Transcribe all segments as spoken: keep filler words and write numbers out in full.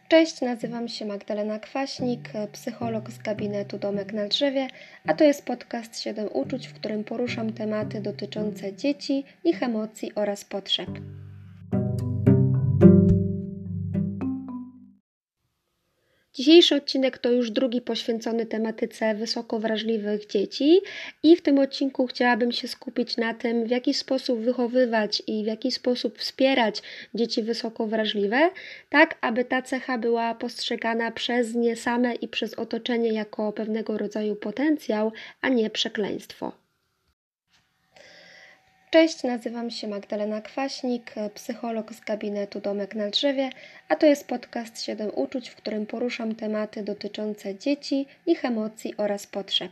Cześć, nazywam się Magdalena Kwaśnik, psycholog z gabinetu Domek na Drzewie, a to jest podcast siedem uczuć, w którym poruszam tematy dotyczące dzieci, ich emocji oraz potrzeb. Dzisiejszy odcinek to już drugi poświęcony tematyce wysoko wrażliwych dzieci i w tym odcinku chciałabym się skupić na tym, w jaki sposób wychowywać i w jaki sposób wspierać dzieci wysoko wrażliwe, tak aby ta cecha była postrzegana przez nie same i przez otoczenie jako pewnego rodzaju potencjał, a nie przekleństwo. Cześć, nazywam się Magdalena Kwaśnik, psycholog z gabinetu Domek na Drzewie, a to jest podcast siedem uczuć, w którym poruszam tematy dotyczące dzieci, ich emocji oraz potrzeb.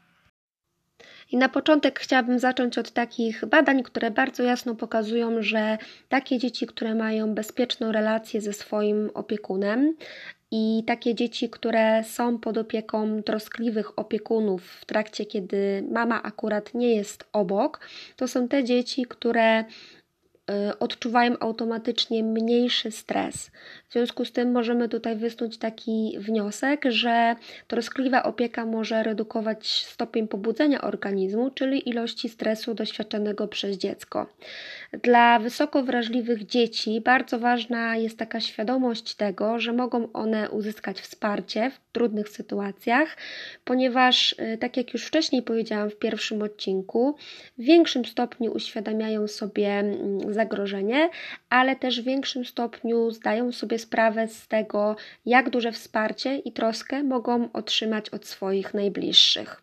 I na początek chciałabym zacząć od takich badań, które bardzo jasno pokazują, że takie dzieci, które mają bezpieczną relację ze swoim opiekunem, i takie dzieci, które są pod opieką troskliwych opiekunów w trakcie, kiedy mama akurat nie jest obok, to są te dzieci, które odczuwają automatycznie mniejszy stres. W związku z tym możemy tutaj wysnuć taki wniosek, że troskliwa opieka może redukować stopień pobudzenia organizmu, czyli ilości stresu doświadczonego przez dziecko. Dla wysoko wrażliwych dzieci bardzo ważna jest taka świadomość tego, że mogą one uzyskać wsparcie w trudnych sytuacjach, ponieważ, tak jak już wcześniej powiedziałam w pierwszym odcinku, w większym stopniu uświadamiają sobie zagrożenie, ale też w większym stopniu zdają sobie sprawę z tego, jak duże wsparcie i troskę mogą otrzymać od swoich najbliższych.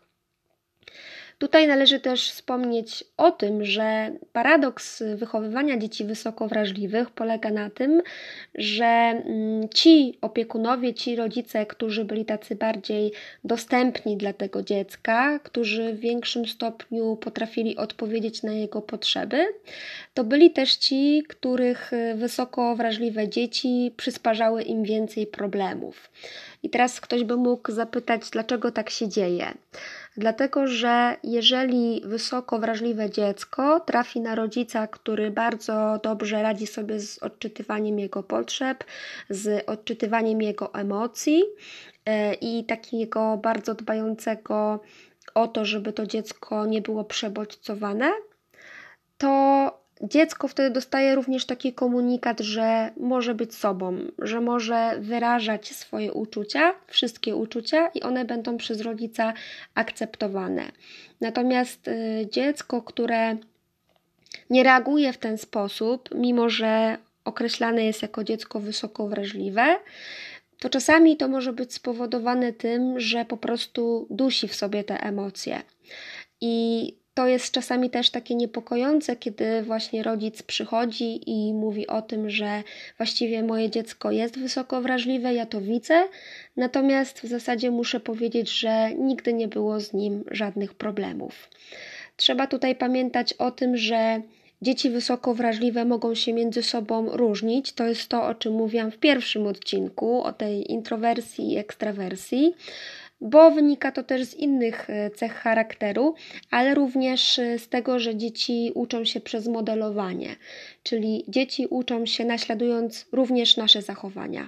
Tutaj należy też wspomnieć o tym, że paradoks wychowywania dzieci wysoko wrażliwych polega na tym, że ci opiekunowie, ci rodzice, którzy byli tacy bardziej dostępni dla tego dziecka, którzy w większym stopniu potrafili odpowiedzieć na jego potrzeby, to byli też ci, których wysoko wrażliwe dzieci przysparzały im więcej problemów. I teraz ktoś by mógł zapytać, dlaczego tak się dzieje? Dlatego, że jeżeli wysoko wrażliwe dziecko trafi na rodzica, który bardzo dobrze radzi sobie z odczytywaniem jego potrzeb, z odczytywaniem jego emocji i takiego bardzo dbającego o to, żeby to dziecko nie było przebodźcowane, to dziecko wtedy dostaje również taki komunikat, że może być sobą, że może wyrażać swoje uczucia, wszystkie uczucia i one będą przez rodzica akceptowane. Natomiast y, dziecko, które nie reaguje w ten sposób, mimo że określane jest jako dziecko wysoko wrażliwe, to czasami to może być spowodowane tym, że po prostu dusi w sobie te emocje. I to jest czasami też takie niepokojące, kiedy właśnie rodzic przychodzi i mówi o tym, że właściwie moje dziecko jest wysoko wrażliwe, ja to widzę, natomiast w zasadzie muszę powiedzieć, że nigdy nie było z nim żadnych problemów. Trzeba tutaj pamiętać o tym, że dzieci wysoko wrażliwe mogą się między sobą różnić. To jest to, o czym mówiłam w pierwszym odcinku, o tej introwersji i ekstrawersji, bo wynika to też z innych cech charakteru, ale również z tego, że dzieci uczą się przez modelowanie, czyli dzieci uczą się naśladując również nasze zachowania.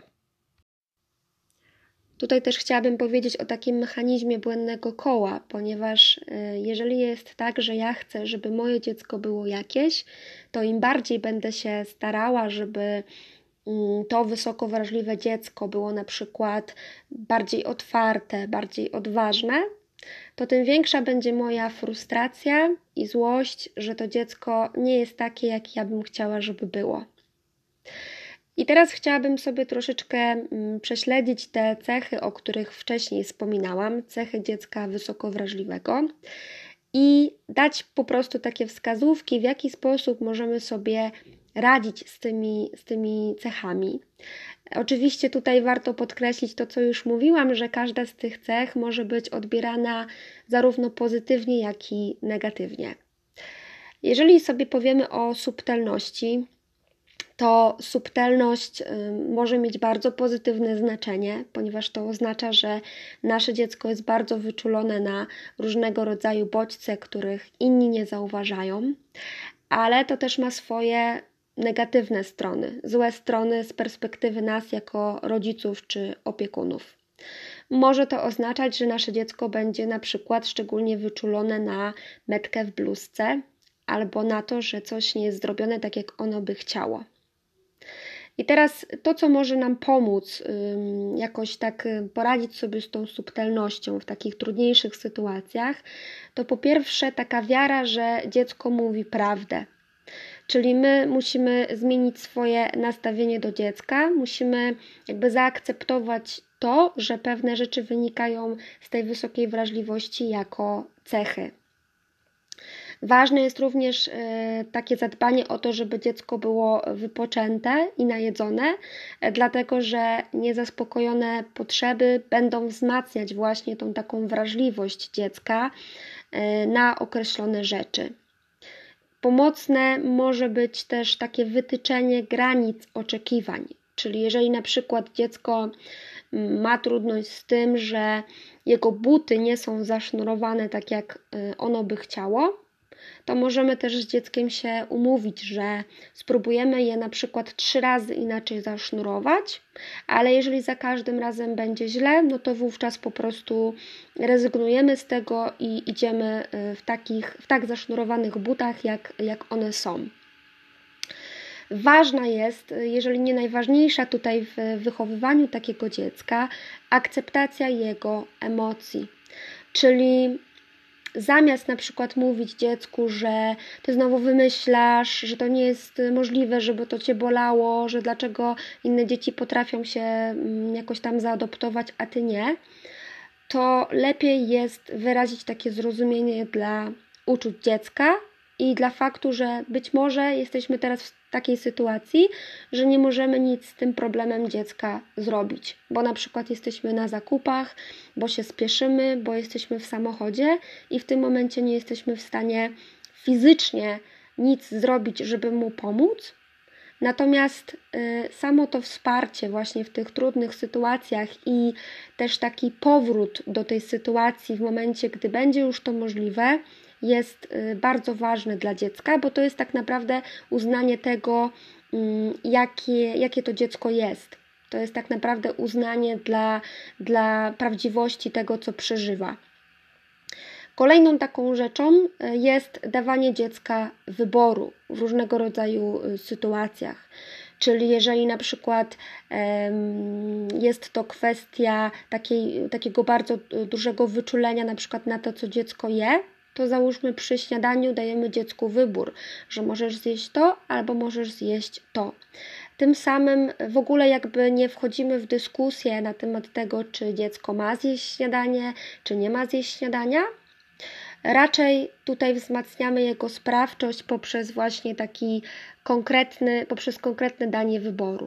Tutaj też chciałabym powiedzieć o takim mechanizmie błędnego koła, ponieważ jeżeli jest tak, że ja chcę, żeby moje dziecko było jakieś, to im bardziej będę się starała, żeby to wysoko wrażliwe dziecko było na przykład bardziej otwarte, bardziej odważne, to tym większa będzie moja frustracja i złość, że to dziecko nie jest takie, jak ja bym chciała, żeby było. I teraz chciałabym sobie troszeczkę prześledzić te cechy, o których wcześniej wspominałam, cechy dziecka wysoko wrażliwego i dać po prostu takie wskazówki, w jaki sposób możemy sobie radzić z tymi, z tymi cechami. Oczywiście tutaj warto podkreślić to, co już mówiłam, że każda z tych cech może być odbierana zarówno pozytywnie, jak i negatywnie. Jeżeli sobie powiemy o subtelności, to subtelność y, może mieć bardzo pozytywne znaczenie, ponieważ to oznacza, że nasze dziecko jest bardzo wyczulone na różnego rodzaju bodźce, których inni nie zauważają, ale to też ma swoje negatywne strony, złe strony z perspektywy nas jako rodziców czy opiekunów. Może to oznaczać, że nasze dziecko będzie na przykład szczególnie wyczulone na metkę w bluzce albo na to, że coś nie jest zrobione tak, jak ono by chciało. I teraz to, co może nam pomóc jakoś tak poradzić sobie z tą subtelnością w takich trudniejszych sytuacjach, to po pierwsze taka wiara, że dziecko mówi prawdę. Czyli my musimy zmienić swoje nastawienie do dziecka, musimy jakby zaakceptować to, że pewne rzeczy wynikają z tej wysokiej wrażliwości jako cechy. Ważne jest również takie zadbanie o to, żeby dziecko było wypoczęte i najedzone, dlatego że niezaspokojone potrzeby będą wzmacniać właśnie tą taką wrażliwość dziecka na określone rzeczy. Pomocne może być też takie wytyczenie granic oczekiwań, czyli jeżeli na przykład dziecko ma trudność z tym, że jego buty nie są zasznurowane tak, jak ono by chciało, to możemy też z dzieckiem się umówić, że spróbujemy je na przykład trzy razy inaczej zasznurować, ale jeżeli za każdym razem będzie źle, no to wówczas po prostu rezygnujemy z tego i idziemy w takich, w tak zasznurowanych butach, jak, jak one są. Ważna jest, jeżeli nie najważniejsza tutaj w wychowywaniu takiego dziecka, akceptacja jego emocji, czyli zamiast na przykład mówić dziecku, że ty znowu wymyślasz, że to nie jest możliwe, żeby to cię bolało, że dlaczego inne dzieci potrafią się jakoś tam zaadoptować, a ty nie, to lepiej jest wyrazić takie zrozumienie dla uczuć dziecka i dla faktu, że być może jesteśmy teraz w takiej sytuacji, że nie możemy nic z tym problemem dziecka zrobić, bo na przykład jesteśmy na zakupach, bo się spieszymy, bo jesteśmy w samochodzie i w tym momencie nie jesteśmy w stanie fizycznie nic zrobić, żeby mu pomóc. Natomiast y, samo to wsparcie właśnie w tych trudnych sytuacjach i też taki powrót do tej sytuacji w momencie, gdy będzie już to możliwe, jest bardzo ważny dla dziecka, bo to jest tak naprawdę uznanie tego, jakie, jakie to dziecko jest. To jest tak naprawdę uznanie dla, dla prawdziwości tego, co przeżywa. Kolejną taką rzeczą jest dawanie dziecka wyboru w różnego rodzaju sytuacjach. Czyli jeżeli na przykład um, jest to kwestia takiej, takiego bardzo dużego wyczulenia na przykład na to, co dziecko je, to załóżmy przy śniadaniu dajemy dziecku wybór, że możesz zjeść to albo możesz zjeść to. Tym samym w ogóle jakby nie wchodzimy w dyskusję na temat tego, czy dziecko ma zjeść śniadanie, czy nie ma zjeść śniadania. Raczej tutaj wzmacniamy jego sprawczość poprzez właśnie taki konkretny, poprzez konkretne danie wyboru.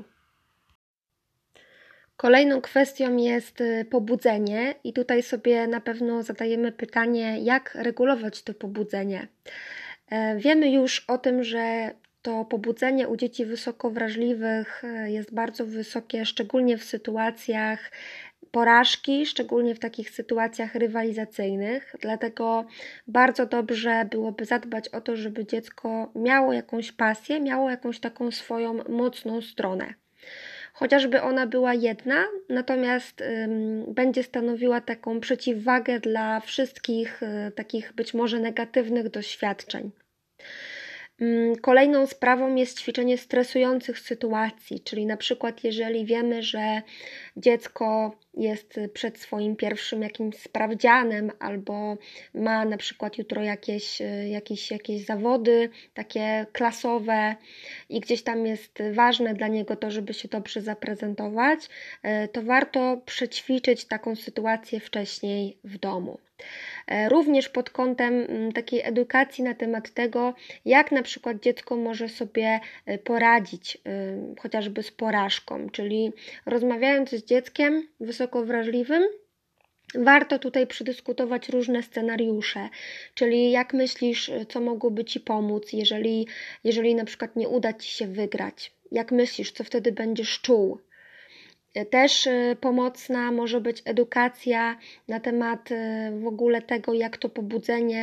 Kolejną kwestią jest pobudzenie i tutaj sobie na pewno zadajemy pytanie, jak regulować to pobudzenie. Wiemy już o tym, że to pobudzenie u dzieci wysoko wrażliwych jest bardzo wysokie, szczególnie w sytuacjach porażki, szczególnie w takich sytuacjach rywalizacyjnych, dlatego bardzo dobrze byłoby zadbać o to, żeby dziecko miało jakąś pasję, miało jakąś taką swoją mocną stronę. Chociażby ona była jedna, natomiast ym, będzie stanowiła taką przeciwwagę dla wszystkich y, takich być może negatywnych doświadczeń. Ym, kolejną sprawą jest ćwiczenie stresujących sytuacji, czyli na przykład jeżeli wiemy, że dziecko jest przed swoim pierwszym jakimś sprawdzianem albo ma na przykład jutro jakieś, jakieś, jakieś zawody takie klasowe i gdzieś tam jest ważne dla niego to, żeby się dobrze zaprezentować, to warto przećwiczyć taką sytuację wcześniej w domu. Również pod kątem takiej edukacji na temat tego, jak na przykład dziecko może sobie poradzić chociażby z porażką, czyli rozmawiając z dzieckiem wysoko wrażliwym, warto tutaj przedyskutować różne scenariusze, czyli jak myślisz, co mogłoby Ci pomóc, jeżeli, jeżeli na przykład nie uda Ci się wygrać, jak myślisz, co wtedy będziesz czuł. Też pomocna może być edukacja na temat w ogóle tego, jak to pobudzenie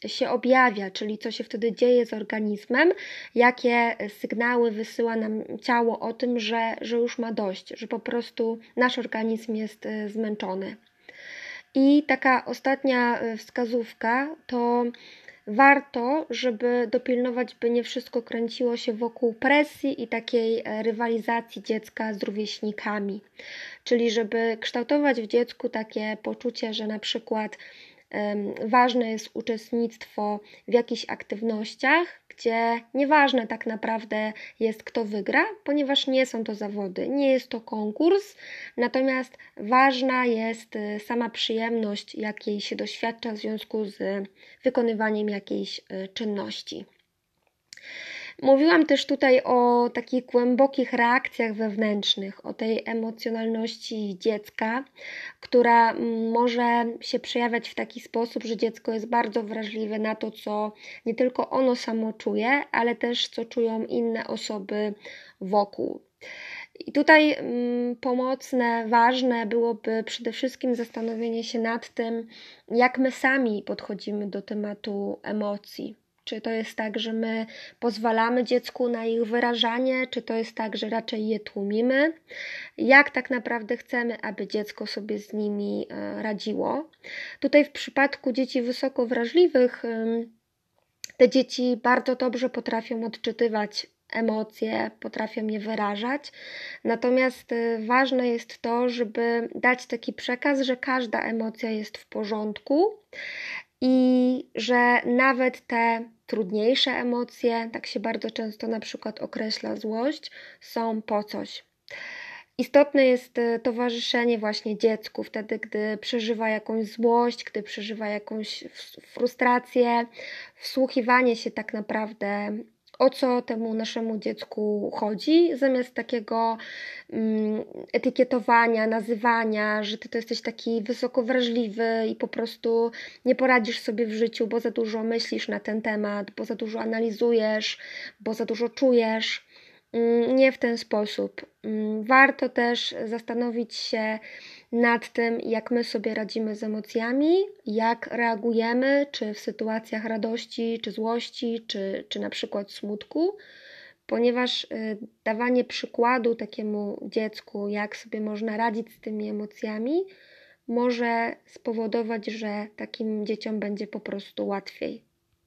się objawia, czyli co się wtedy dzieje z organizmem, jakie sygnały wysyła nam ciało o tym, że, że już ma dość, że po prostu nasz organizm jest zmęczony. I taka ostatnia wskazówka to warto, żeby dopilnować, by nie wszystko kręciło się wokół presji i takiej rywalizacji dziecka z rówieśnikami. Czyli żeby kształtować w dziecku takie poczucie, że na przykład um, ważne jest uczestnictwo w jakichś aktywnościach, gdzie nieważne tak naprawdę jest, kto wygra, ponieważ nie są to zawody, nie jest to konkurs, natomiast ważna jest sama przyjemność, jakiej się doświadcza w związku z wykonywaniem jakiejś czynności. Mówiłam też tutaj o takich głębokich reakcjach wewnętrznych, o tej emocjonalności dziecka, która może się przejawiać w taki sposób, że dziecko jest bardzo wrażliwe na to, co nie tylko ono samo czuje, ale też co czują inne osoby wokół. I tutaj mm, pomocne, ważne byłoby przede wszystkim zastanowienie się nad tym, jak my sami podchodzimy do tematu emocji. Czy to jest tak, że my pozwalamy dziecku na ich wyrażanie, czy to jest tak, że raczej je tłumimy? Jak tak naprawdę chcemy, aby dziecko sobie z nimi radziło? Tutaj w przypadku dzieci wysoko wrażliwych, te dzieci bardzo dobrze potrafią odczytywać emocje, potrafią je wyrażać. Natomiast ważne jest to, żeby dać taki przekaz, że każda emocja jest w porządku i że nawet te trudniejsze emocje, tak się bardzo często na przykład określa złość, są po coś. Istotne jest towarzyszenie właśnie dziecku wtedy, gdy przeżywa jakąś złość, gdy przeżywa jakąś frustrację, wsłuchiwanie się tak naprawdę, o co temu naszemu dziecku chodzi, zamiast takiego um, etykietowania, nazywania, że ty to jesteś taki wysoko wrażliwy i po prostu nie poradzisz sobie w życiu, bo za dużo myślisz na ten temat, bo za dużo analizujesz, bo za dużo czujesz. Nie w ten sposób. Warto też zastanowić się nad tym, jak my sobie radzimy z emocjami, jak reagujemy, czy w sytuacjach radości, czy złości, czy, czy na przykład smutku, ponieważ dawanie przykładu takiemu dziecku, jak sobie można radzić z tymi emocjami, może spowodować, że takim dzieciom będzie po prostu łatwiej.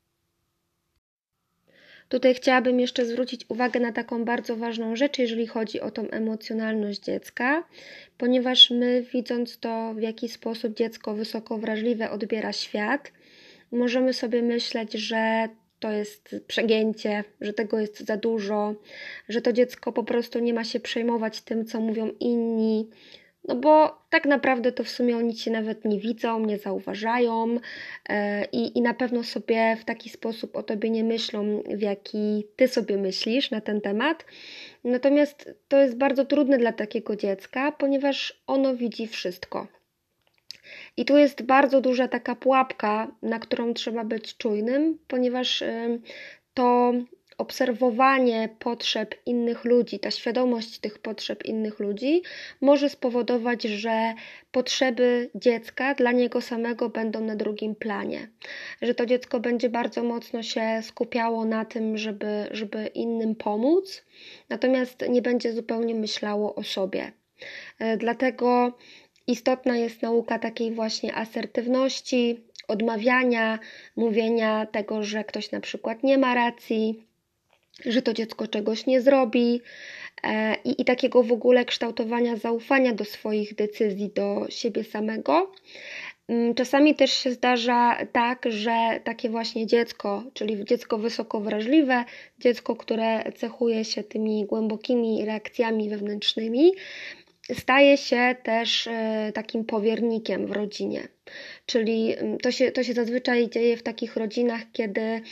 Tutaj chciałabym jeszcze zwrócić uwagę na taką bardzo ważną rzecz, jeżeli chodzi o tą emocjonalność dziecka, ponieważ my, widząc to, w jaki sposób dziecko wysoko wrażliwe odbiera świat, możemy sobie myśleć, że to jest przegięcie, że tego jest za dużo, że to dziecko po prostu nie ma się przejmować tym, co mówią inni, no bo tak naprawdę to w sumie oni Cię nawet nie widzą, nie zauważają yy, i na pewno sobie w taki sposób o Tobie nie myślą, w jaki Ty sobie myślisz na ten temat. Natomiast to jest bardzo trudne dla takiego dziecka, ponieważ ono widzi wszystko. I tu jest bardzo duża taka pułapka, na którą trzeba być czujnym, ponieważ yy, to obserwowanie potrzeb innych ludzi, ta świadomość tych potrzeb innych ludzi może spowodować, że potrzeby dziecka dla niego samego będą na drugim planie. Że to dziecko będzie bardzo mocno się skupiało na tym, żeby, żeby innym pomóc, natomiast nie będzie zupełnie myślało o sobie. Dlatego istotna jest nauka takiej właśnie asertywności, odmawiania, mówienia tego, że ktoś na przykład nie ma racji, że to dziecko czegoś nie zrobi e, i, i takiego w ogóle kształtowania zaufania do swoich decyzji, do siebie samego. Czasami też się zdarza tak, że takie właśnie dziecko, czyli dziecko wysoko wrażliwe, dziecko, które cechuje się tymi głębokimi reakcjami wewnętrznymi, staje się też takim powiernikiem w rodzinie. Czyli to się, to się zazwyczaj dzieje w takich rodzinach, kiedy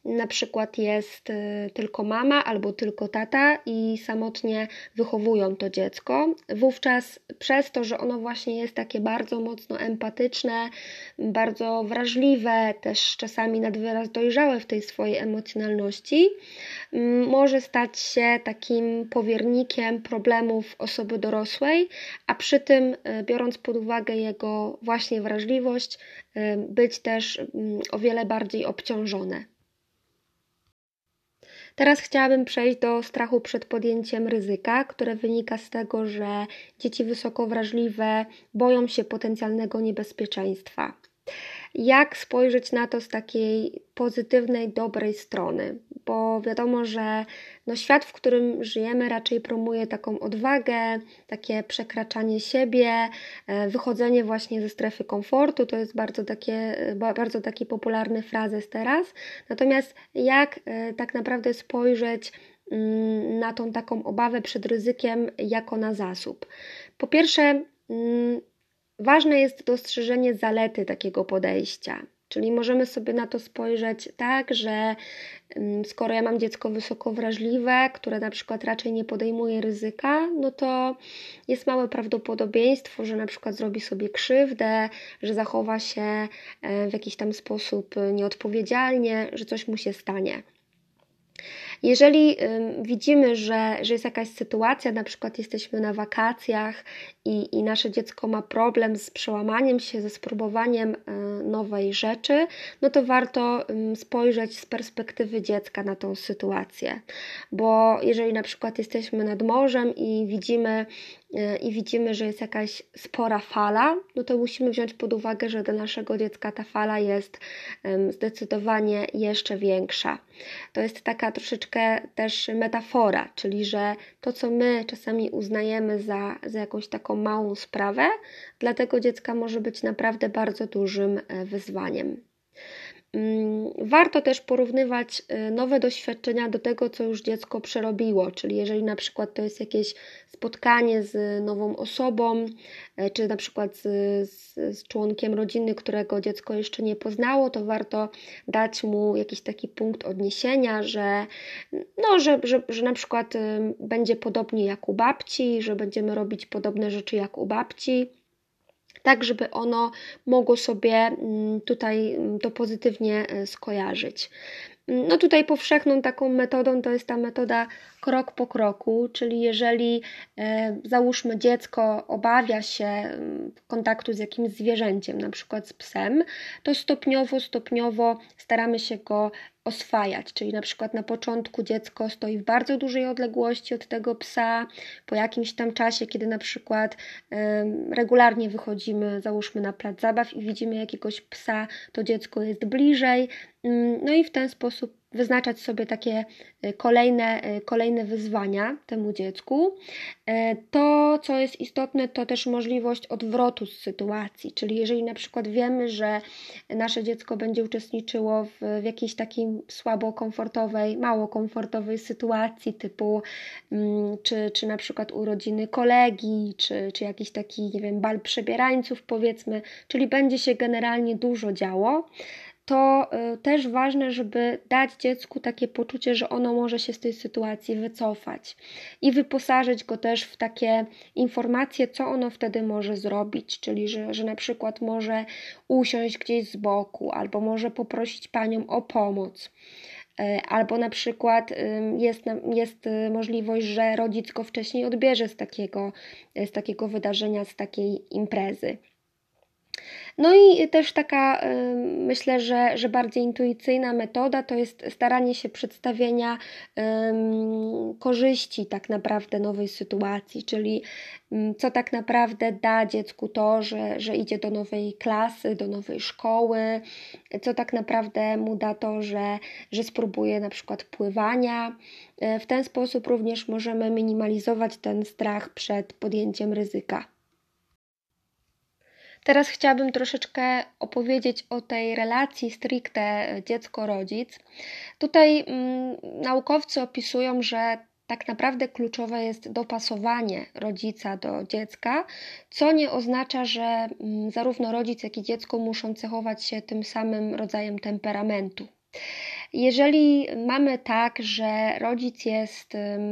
na przykład jest tylko mama albo tylko tata i samotnie wychowują to dziecko. Wówczas przez to, że ono właśnie jest takie bardzo mocno empatyczne, bardzo wrażliwe, też czasami nad wyraz dojrzałe w tej swojej emocjonalności, może stać się takim powiernikiem problemów osoby dorosłej, a przy tym, biorąc pod uwagę jego właśnie wrażliwość, być też o wiele bardziej obciążone. Teraz chciałabym przejść do strachu przed podjęciem ryzyka, które wynika z tego, że dzieci wysoko wrażliwe boją się potencjalnego niebezpieczeństwa. Jak spojrzeć na to z takiej pozytywnej, dobrej strony? Bo wiadomo, że no świat, w którym żyjemy, raczej promuje taką odwagę, takie przekraczanie siebie, wychodzenie właśnie ze strefy komfortu. To jest bardzo, takie, bardzo taki popularny frazes teraz. Natomiast jak tak naprawdę spojrzeć na tą taką obawę przed ryzykiem jako na zasób? Po pierwsze, ważne jest dostrzeżenie zalety takiego podejścia, czyli możemy sobie na to spojrzeć tak, że skoro ja mam dziecko wysoko wrażliwe, które na przykład raczej nie podejmuje ryzyka, no to jest małe prawdopodobieństwo, że na przykład zrobi sobie krzywdę, że zachowa się w jakiś tam sposób nieodpowiedzialnie, że coś mu się stanie. Jeżeli widzimy, że, że jest jakaś sytuacja, na przykład jesteśmy na wakacjach i, i nasze dziecko ma problem z przełamaniem się, ze spróbowaniem nowej rzeczy, no to warto spojrzeć z perspektywy dziecka na tą sytuację. Bo jeżeli na przykład jesteśmy nad morzem i widzimy, i widzimy, że jest jakaś spora fala, no to musimy wziąć pod uwagę, że dla naszego dziecka ta fala jest zdecydowanie jeszcze większa. To jest taka troszeczkę też metafora, czyli że to, co my czasami uznajemy za, za jakąś taką małą sprawę, dla tego dziecka może być naprawdę bardzo dużym wyzwaniem. Warto też porównywać nowe doświadczenia do tego, co już dziecko przerobiło, czyli jeżeli na przykład to jest jakieś spotkanie z nową osobą, czy na przykład z, z, z członkiem rodziny, którego dziecko jeszcze nie poznało, to warto dać mu jakiś taki punkt odniesienia, że, no, że, że, że na przykład będzie podobnie jak u babci, że będziemy robić podobne rzeczy jak u babci, tak żeby ono mogło sobie tutaj to pozytywnie skojarzyć. No tutaj powszechną taką metodą to jest ta metoda krok po kroku, czyli jeżeli e, załóżmy dziecko obawia się kontaktu z jakimś zwierzęciem, na przykład z psem, to stopniowo, stopniowo staramy się go oswajać, czyli na przykład na początku dziecko stoi w bardzo dużej odległości od tego psa, po jakimś tam czasie, kiedy na przykład e, regularnie wychodzimy, załóżmy na plac zabaw i widzimy jakiegoś psa, to dziecko jest bliżej, no i w ten sposób wyznaczać sobie takie kolejne, kolejne wyzwania temu dziecku. To, co jest istotne, to też możliwość odwrotu z sytuacji, czyli jeżeli na przykład wiemy, że nasze dziecko będzie uczestniczyło w, w jakiejś takiej słabo komfortowej, mało komfortowej sytuacji typu czy, czy na przykład urodziny kolegi, czy, czy jakiś taki, nie wiem, bal przebierańców powiedzmy, czyli będzie się generalnie dużo działo, to też ważne, żeby dać dziecku takie poczucie, że ono może się z tej sytuacji wycofać i wyposażyć go też w takie informacje, co ono wtedy może zrobić, czyli że, że na przykład może usiąść gdzieś z boku albo może poprosić panią o pomoc. Albo na przykład jest, jest możliwość, że rodzic go wcześniej odbierze z takiego, z takiego wydarzenia, z takiej imprezy. No i też taka, myślę, że, że bardziej intuicyjna metoda to jest staranie się przedstawienia um, korzyści tak naprawdę nowej sytuacji, czyli um, co tak naprawdę da dziecku to, że, że idzie do nowej klasy, do nowej szkoły, co tak naprawdę mu da to, że, że spróbuje na przykład pływania. W ten sposób również możemy minimalizować ten strach przed podjęciem ryzyka. Teraz chciałabym troszeczkę opowiedzieć o tej relacji stricte dziecko-rodzic. Tutaj mm, naukowcy opisują, że tak naprawdę kluczowe jest dopasowanie rodzica do dziecka, co nie oznacza, że mm, zarówno rodzic, jak i dziecko muszą cechować się tym samym rodzajem temperamentu. Jeżeli mamy tak, że rodzic jest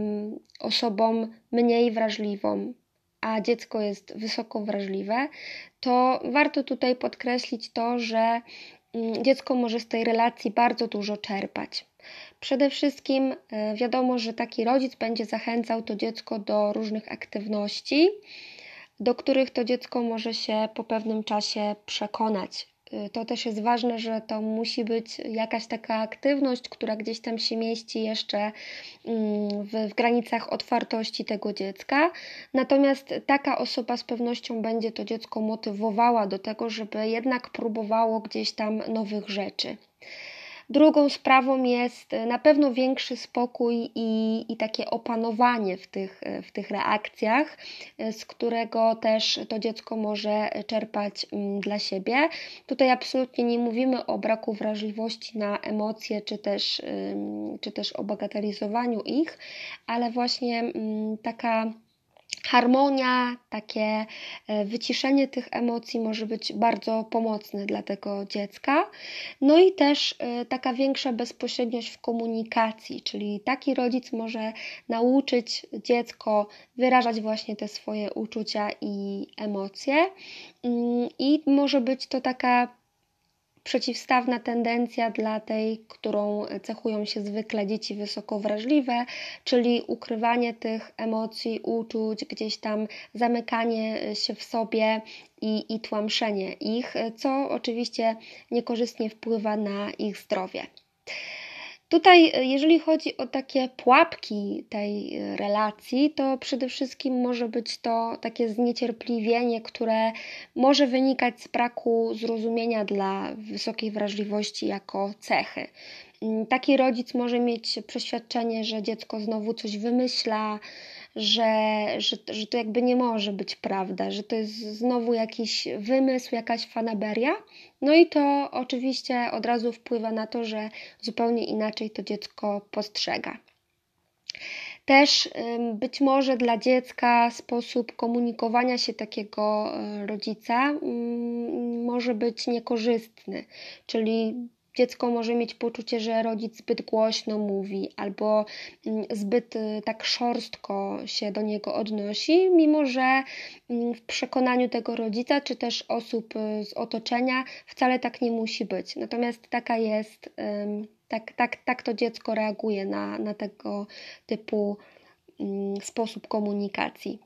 osobą mniej wrażliwą, a dziecko jest wysoko wrażliwe, to warto tutaj podkreślić to, że dziecko może z tej relacji bardzo dużo czerpać. Przede wszystkim wiadomo, że taki rodzic będzie zachęcał to dziecko do różnych aktywności, do których to dziecko może się po pewnym czasie przekonać. To też jest ważne, że to musi być jakaś taka aktywność, która gdzieś tam się mieści jeszcze w, w granicach otwartości tego dziecka. Natomiast taka osoba z pewnością będzie to dziecko motywowała do tego, żeby jednak próbowało gdzieś tam nowych rzeczy. Drugą sprawą jest na pewno większy spokój i, i takie opanowanie w tych, w tych reakcjach, z którego też to dziecko może czerpać dla siebie. Tutaj absolutnie nie mówimy o braku wrażliwości na emocje, czy też, czy też o bagatelizowaniu ich, ale właśnie taka harmonia, takie wyciszenie tych emocji może być bardzo pomocne dla tego dziecka. No i też taka większa bezpośredniość w komunikacji, czyli taki rodzic może nauczyć dziecko wyrażać właśnie te swoje uczucia i emocje i może być to taka przeciwstawna tendencja dla tej, którą cechują się zwykle dzieci wysoko wrażliwe, czyli ukrywanie tych emocji, uczuć, gdzieś tam zamykanie się w sobie i, i tłamszenie ich, co oczywiście niekorzystnie wpływa na ich zdrowie. Tutaj, jeżeli chodzi o takie pułapki tej relacji, to przede wszystkim może być to takie zniecierpliwienie, które może wynikać z braku zrozumienia dla wysokiej wrażliwości jako cechy. Taki rodzic może mieć przeświadczenie, że dziecko znowu coś wymyśla, że, że, że to jakby nie może być prawda, że to jest znowu jakiś wymysł, jakaś fanaberia. No i to oczywiście od razu wpływa na to, że zupełnie inaczej to dziecko postrzega. Też być może dla dziecka sposób komunikowania się takiego rodzica może być niekorzystny, czyli dziecko może mieć poczucie, że rodzic zbyt głośno mówi albo zbyt tak szorstko się do niego odnosi, mimo że w przekonaniu tego rodzica czy też osób z otoczenia wcale tak nie musi być. Natomiast taka jest, tak, tak, tak to dziecko reaguje na, na tego typu sposób komunikacji.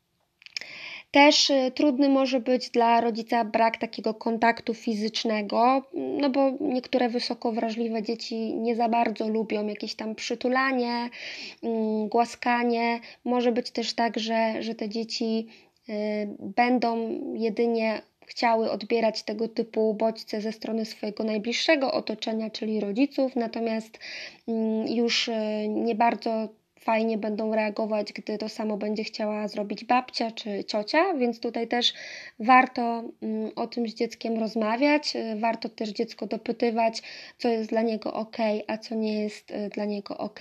Też trudny może być dla rodzica brak takiego kontaktu fizycznego, no bo niektóre wysoko wrażliwe dzieci nie za bardzo lubią jakieś tam przytulanie, głaskanie. Może być też tak, że, że te dzieci będą jedynie chciały odbierać tego typu bodźce ze strony swojego najbliższego otoczenia, czyli rodziców, natomiast już nie bardzo fajnie będą reagować, gdy to samo będzie chciała zrobić babcia czy ciocia, więc tutaj też warto o tym z dzieckiem rozmawiać, warto też dziecko dopytywać, co jest dla niego ok, a co nie jest dla niego ok.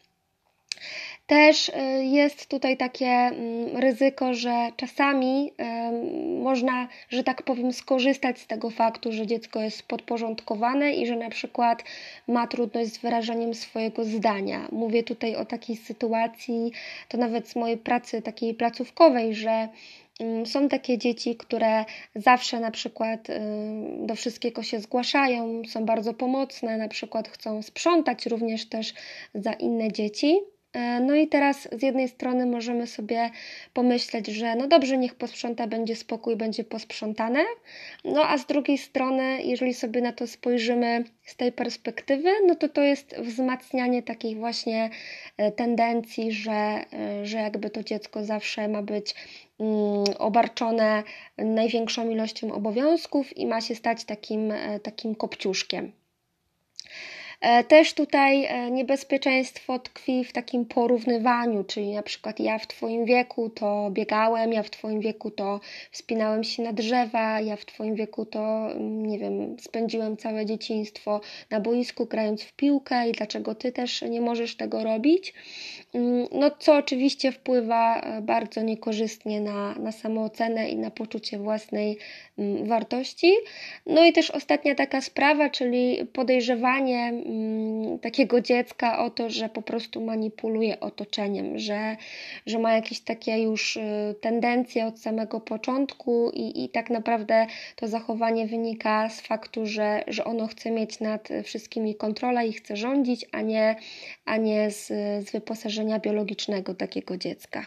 Też jest tutaj takie ryzyko, że czasami można, że tak powiem, skorzystać z tego faktu, że dziecko jest podporządkowane i że na przykład ma trudność z wyrażaniem swojego zdania. Mówię tutaj o takiej sytuacji, to nawet z mojej pracy takiej placówkowej, że są takie dzieci, które zawsze na przykład do wszystkiego się zgłaszają, są bardzo pomocne, na przykład chcą sprzątać również też za inne dzieci. No i teraz z jednej strony możemy sobie pomyśleć, że no dobrze, niech posprząta, będzie spokój, będzie posprzątane, no a z drugiej strony, jeżeli sobie na to spojrzymy z tej perspektywy, no to to jest wzmacnianie takiej właśnie tendencji, że, że jakby to dziecko zawsze ma być obarczone największą ilością obowiązków i ma się stać takim, takim kopciuszkiem. Też tutaj niebezpieczeństwo tkwi w takim porównywaniu, czyli na przykład ja w Twoim wieku to biegałem, ja w Twoim wieku to wspinałem się na drzewa, ja w Twoim wieku to, nie wiem, spędziłem całe dzieciństwo na boisku grając w piłkę i dlaczego Ty też nie możesz tego robić? No co oczywiście wpływa bardzo niekorzystnie na, na samoocenę i na poczucie własnej wartości. No i też ostatnia taka sprawa, czyli podejrzewanie mm, takiego dziecka o to, że po prostu manipuluje otoczeniem, że, że ma jakieś takie już tendencje od samego początku i, i tak naprawdę to zachowanie wynika z faktu, że, że ono chce mieć nad wszystkimi kontrolę i chce rządzić, a nie, a nie z, z wyposażenia biologicznego takiego dziecka.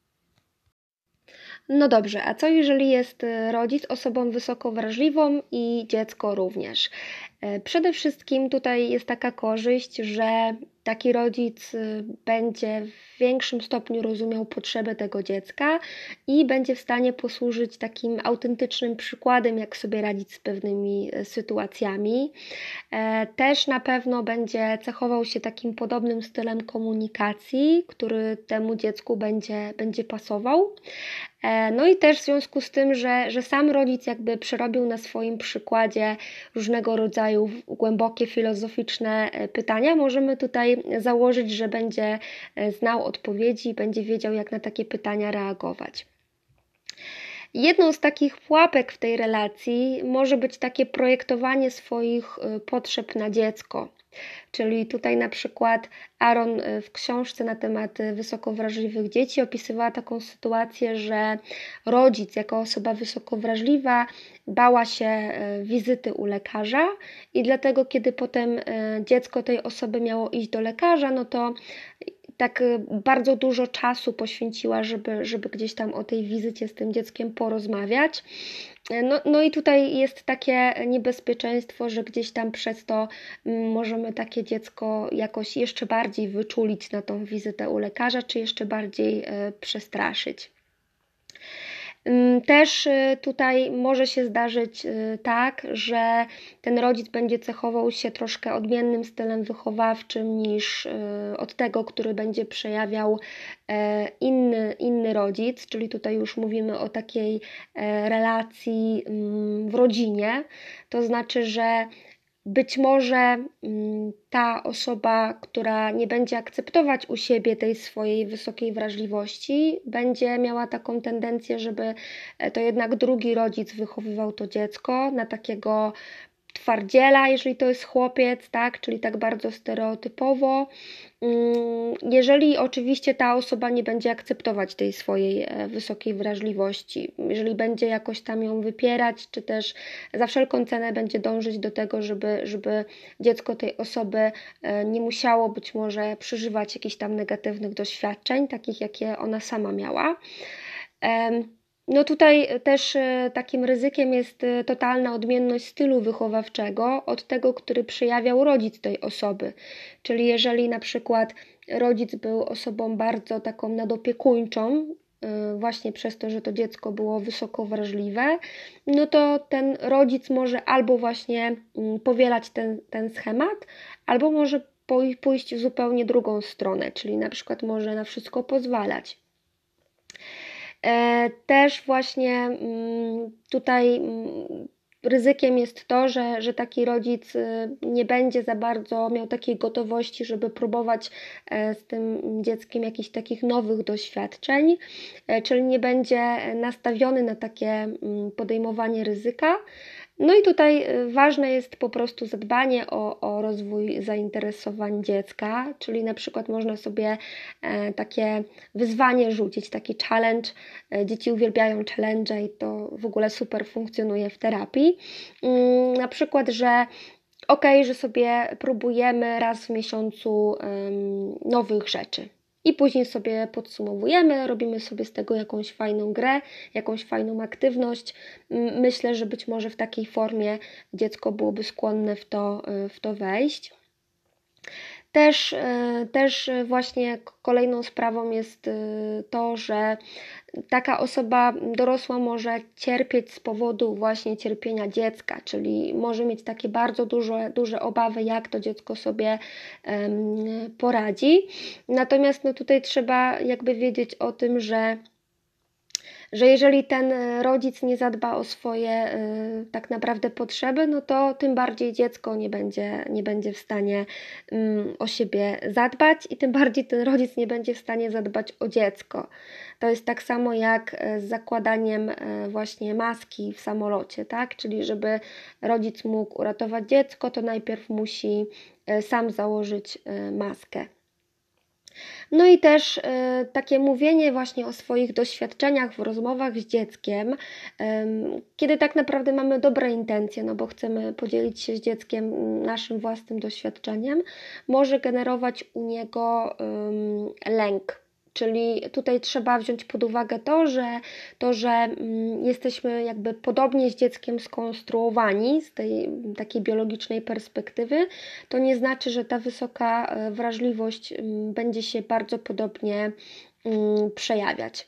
No dobrze, a co jeżeli jest rodzic osobą wysoko wrażliwą i dziecko również? Przede wszystkim tutaj jest taka korzyść, że taki rodzic będzie w większym stopniu rozumiał potrzeby tego dziecka i będzie w stanie posłużyć takim autentycznym przykładem, jak sobie radzić z pewnymi sytuacjami. Też na pewno będzie cechował się takim podobnym stylem komunikacji, który temu dziecku będzie, będzie pasował. No i też w związku z tym, że, że sam rodzic jakby przerobił na swoim przykładzie różnego rodzaju głębokie filozoficzne pytania, możemy tutaj założyć, że będzie znał odpowiedzi i będzie wiedział, jak na takie pytania reagować. Jedną z takich pułapek w tej relacji może być takie projektowanie swoich potrzeb na dziecko. Czyli tutaj na przykład Aaron w książce na temat wysoko wrażliwych dzieci opisywała taką sytuację, że rodzic jako osoba wysoko wrażliwa bała się wizyty u lekarza i dlatego kiedy potem dziecko tej osoby miało iść do lekarza, no to tak bardzo dużo czasu poświęciła, żeby, żeby gdzieś tam o tej wizycie z tym dzieckiem porozmawiać. No, no i tutaj jest takie niebezpieczeństwo, że gdzieś tam przez to możemy takie dziecko jakoś jeszcze bardziej wyczulić na tą wizytę u lekarza, czy jeszcze bardziej przestraszyć. Też tutaj może się zdarzyć tak, że ten rodzic będzie cechował się troszkę odmiennym stylem wychowawczym niż od tego, który będzie przejawiał inny, inny rodzic, czyli tutaj już mówimy o takiej relacji w rodzinie, to znaczy, że być może ta osoba, która nie będzie akceptować u siebie tej swojej wysokiej wrażliwości, będzie miała taką tendencję, żeby to jednak drugi rodzic wychowywał to dziecko na takiego twardziela, jeżeli to jest chłopiec, tak, czyli tak bardzo stereotypowo. Jeżeli oczywiście ta osoba nie będzie akceptować tej swojej wysokiej wrażliwości, jeżeli będzie jakoś tam ją wypierać, czy też za wszelką cenę będzie dążyć do tego, żeby, żeby dziecko tej osoby nie musiało być może przeżywać jakichś tam negatywnych doświadczeń, takich jakie ona sama miała. No tutaj też takim ryzykiem jest totalna odmienność stylu wychowawczego od tego, który przejawiał rodzic tej osoby. Czyli jeżeli na przykład rodzic był osobą bardzo taką nadopiekuńczą, właśnie przez to, że to dziecko było wysoko wrażliwe, no to ten rodzic może albo właśnie powielać ten, ten schemat, albo może pójść w zupełnie drugą stronę, czyli na przykład może na wszystko pozwalać. Też właśnie tutaj ryzykiem jest to, że, że taki rodzic nie będzie za bardzo miał takiej gotowości, żeby próbować z tym dzieckiem jakichś takich nowych doświadczeń, czyli nie będzie nastawiony na takie podejmowanie ryzyka. No i tutaj ważne jest po prostu zadbanie o, o rozwój zainteresowań dziecka, czyli na przykład można sobie takie wyzwanie rzucić, taki challenge. Dzieci uwielbiają challenge i to w ogóle super funkcjonuje w terapii. Na przykład, że ok, że sobie próbujemy raz w miesiącu nowych rzeczy. I później sobie podsumowujemy, robimy sobie z tego jakąś fajną grę, jakąś fajną aktywność. Myślę, że być może w takiej formie dziecko byłoby skłonne w to, w to wejść. Też, też właśnie kolejną sprawą jest to, że taka osoba dorosła może cierpieć z powodu właśnie cierpienia dziecka, czyli może mieć takie bardzo duże, duże obawy, jak to dziecko sobie um, poradzi. Natomiast no tutaj trzeba jakby wiedzieć o tym, że że jeżeli ten rodzic nie zadba o swoje y, tak naprawdę potrzeby, no to tym bardziej dziecko nie będzie, nie będzie w stanie y, o siebie zadbać i tym bardziej ten rodzic nie będzie w stanie zadbać o dziecko. To jest tak samo jak z zakładaniem y, właśnie maski w samolocie, tak? Czyli żeby rodzic mógł uratować dziecko, to najpierw musi sam założyć maskę. No i też y, takie mówienie właśnie o swoich doświadczeniach w rozmowach z dzieckiem, y, kiedy tak naprawdę mamy dobre intencje, no bo chcemy podzielić się z dzieckiem naszym własnym doświadczeniem, może generować u niego y, lęk. Czyli tutaj trzeba wziąć pod uwagę to, że, to, że mm, jesteśmy jakby podobnie z dzieckiem skonstruowani z tej takiej biologicznej perspektywy, to nie znaczy, że ta wysoka wrażliwość mm, będzie się bardzo podobnie mm, przejawiać.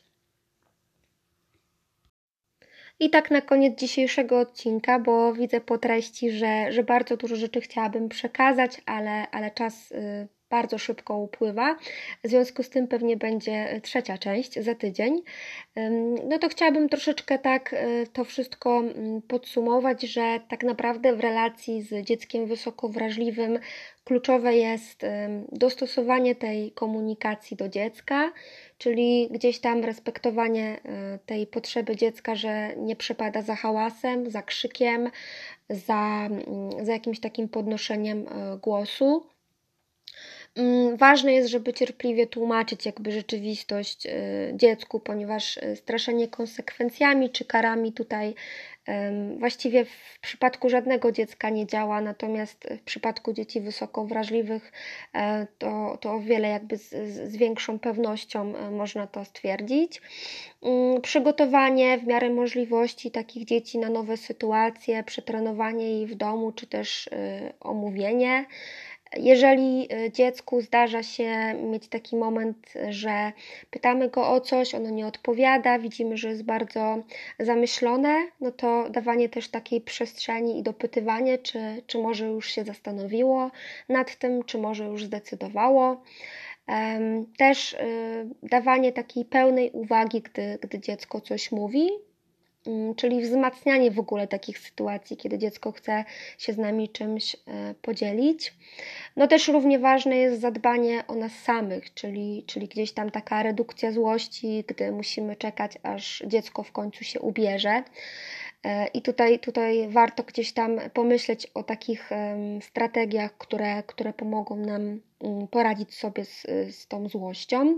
I tak na koniec dzisiejszego odcinka, bo widzę po treści, że, że bardzo dużo rzeczy chciałabym przekazać, ale, ale czas y, bardzo szybko upływa. W związku z tym pewnie będzie trzecia część za tydzień. No to chciałabym troszeczkę tak to wszystko podsumować, że tak naprawdę w relacji z dzieckiem wysoko wrażliwym kluczowe jest dostosowanie tej komunikacji do dziecka, czyli gdzieś tam respektowanie tej potrzeby dziecka, że nie przepada za hałasem, za krzykiem, za, za jakimś takim podnoszeniem głosu. Ważne jest, żeby cierpliwie tłumaczyć jakby rzeczywistość dziecku, ponieważ straszenie konsekwencjami czy karami tutaj właściwie w przypadku żadnego dziecka nie działa, natomiast w przypadku dzieci wysoko wrażliwych to, to o wiele jakby z, z większą pewnością można to stwierdzić. Przygotowanie w miarę możliwości takich dzieci na nowe sytuacje, przetrenowanie jej w domu czy też omówienie. Jeżeli dziecku zdarza się mieć taki moment, że pytamy go o coś, ono nie odpowiada, widzimy, że jest bardzo zamyślone, no to dawanie też takiej przestrzeni i dopytywanie, czy, czy może już się zastanowiło nad tym, czy może już zdecydowało. Też dawanie takiej pełnej uwagi, gdy, gdy dziecko coś mówi, czyli wzmacnianie w ogóle takich sytuacji, kiedy dziecko chce się z nami czymś podzielić. No też równie ważne jest zadbanie o nas samych, czyli, czyli gdzieś tam taka redukcja złości, gdy musimy czekać, aż dziecko w końcu się ubierze. I tutaj, tutaj warto gdzieś tam pomyśleć o takich strategiach, które, które pomogą nam poradzić sobie z, z tą złością.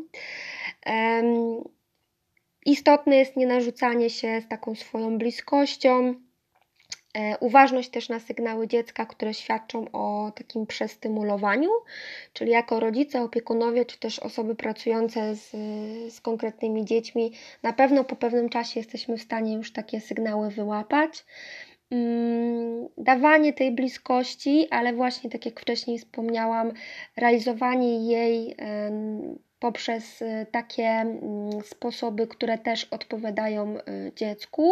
Istotne jest nie narzucanie się z taką swoją bliskością, uważność też na sygnały dziecka, które świadczą o takim przestymulowaniu, czyli jako rodzice, opiekunowie, czy też osoby pracujące z, z konkretnymi dziećmi, na pewno po pewnym czasie jesteśmy w stanie już takie sygnały wyłapać. Dawanie tej bliskości, ale właśnie tak jak wcześniej wspomniałam, realizowanie jej poprzez takie sposoby, które też odpowiadają dziecku.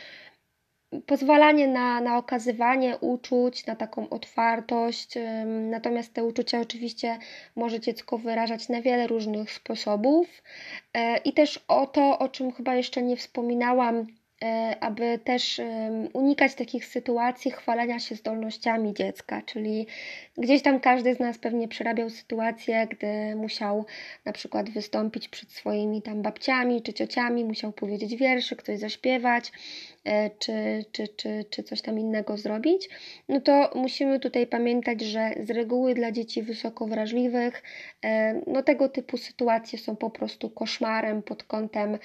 Pozwalanie na, na okazywanie uczuć, na taką otwartość, natomiast te uczucia oczywiście może dziecko wyrażać na wiele różnych sposobów. I też o to, o czym chyba jeszcze nie wspominałam, aby też unikać takich sytuacji chwalenia się zdolnościami dziecka, czyli gdzieś tam każdy z nas pewnie przerabiał sytuację, gdy musiał na przykład wystąpić przed swoimi tam babciami czy ciociami, musiał powiedzieć wierszyk, coś zaśpiewać, czy, czy, czy, czy coś tam innego zrobić, no to musimy tutaj pamiętać, że z reguły dla dzieci wysoko wrażliwych no tego typu sytuacje są po prostu koszmarem pod kątem,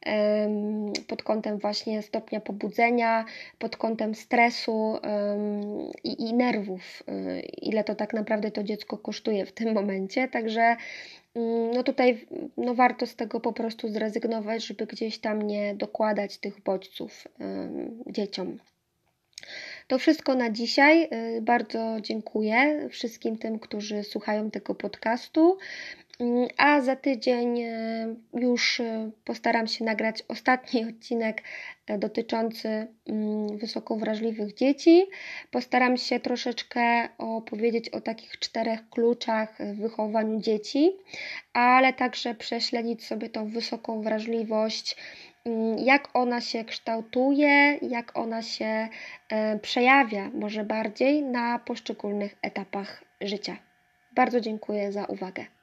pod kątem właśnie stopnia pobudzenia, pod kątem stresu i, i nerwów, ile to tak naprawdę to dziecko kosztuje w tym momencie, także no tutaj no warto z tego po prostu zrezygnować, żeby gdzieś tam nie dokładać tych bodźców y, dzieciom. To wszystko na dzisiaj. Bardzo dziękuję wszystkim tym, którzy słuchają tego podcastu. A za tydzień już postaram się nagrać ostatni odcinek dotyczący wysoko wrażliwych dzieci. Postaram się troszeczkę opowiedzieć o takich czterech kluczach w wychowaniu dzieci, ale także prześledzić sobie tą wysoką wrażliwość, jak ona się kształtuje, jak ona się przejawia może bardziej na poszczególnych etapach życia. Bardzo dziękuję za uwagę.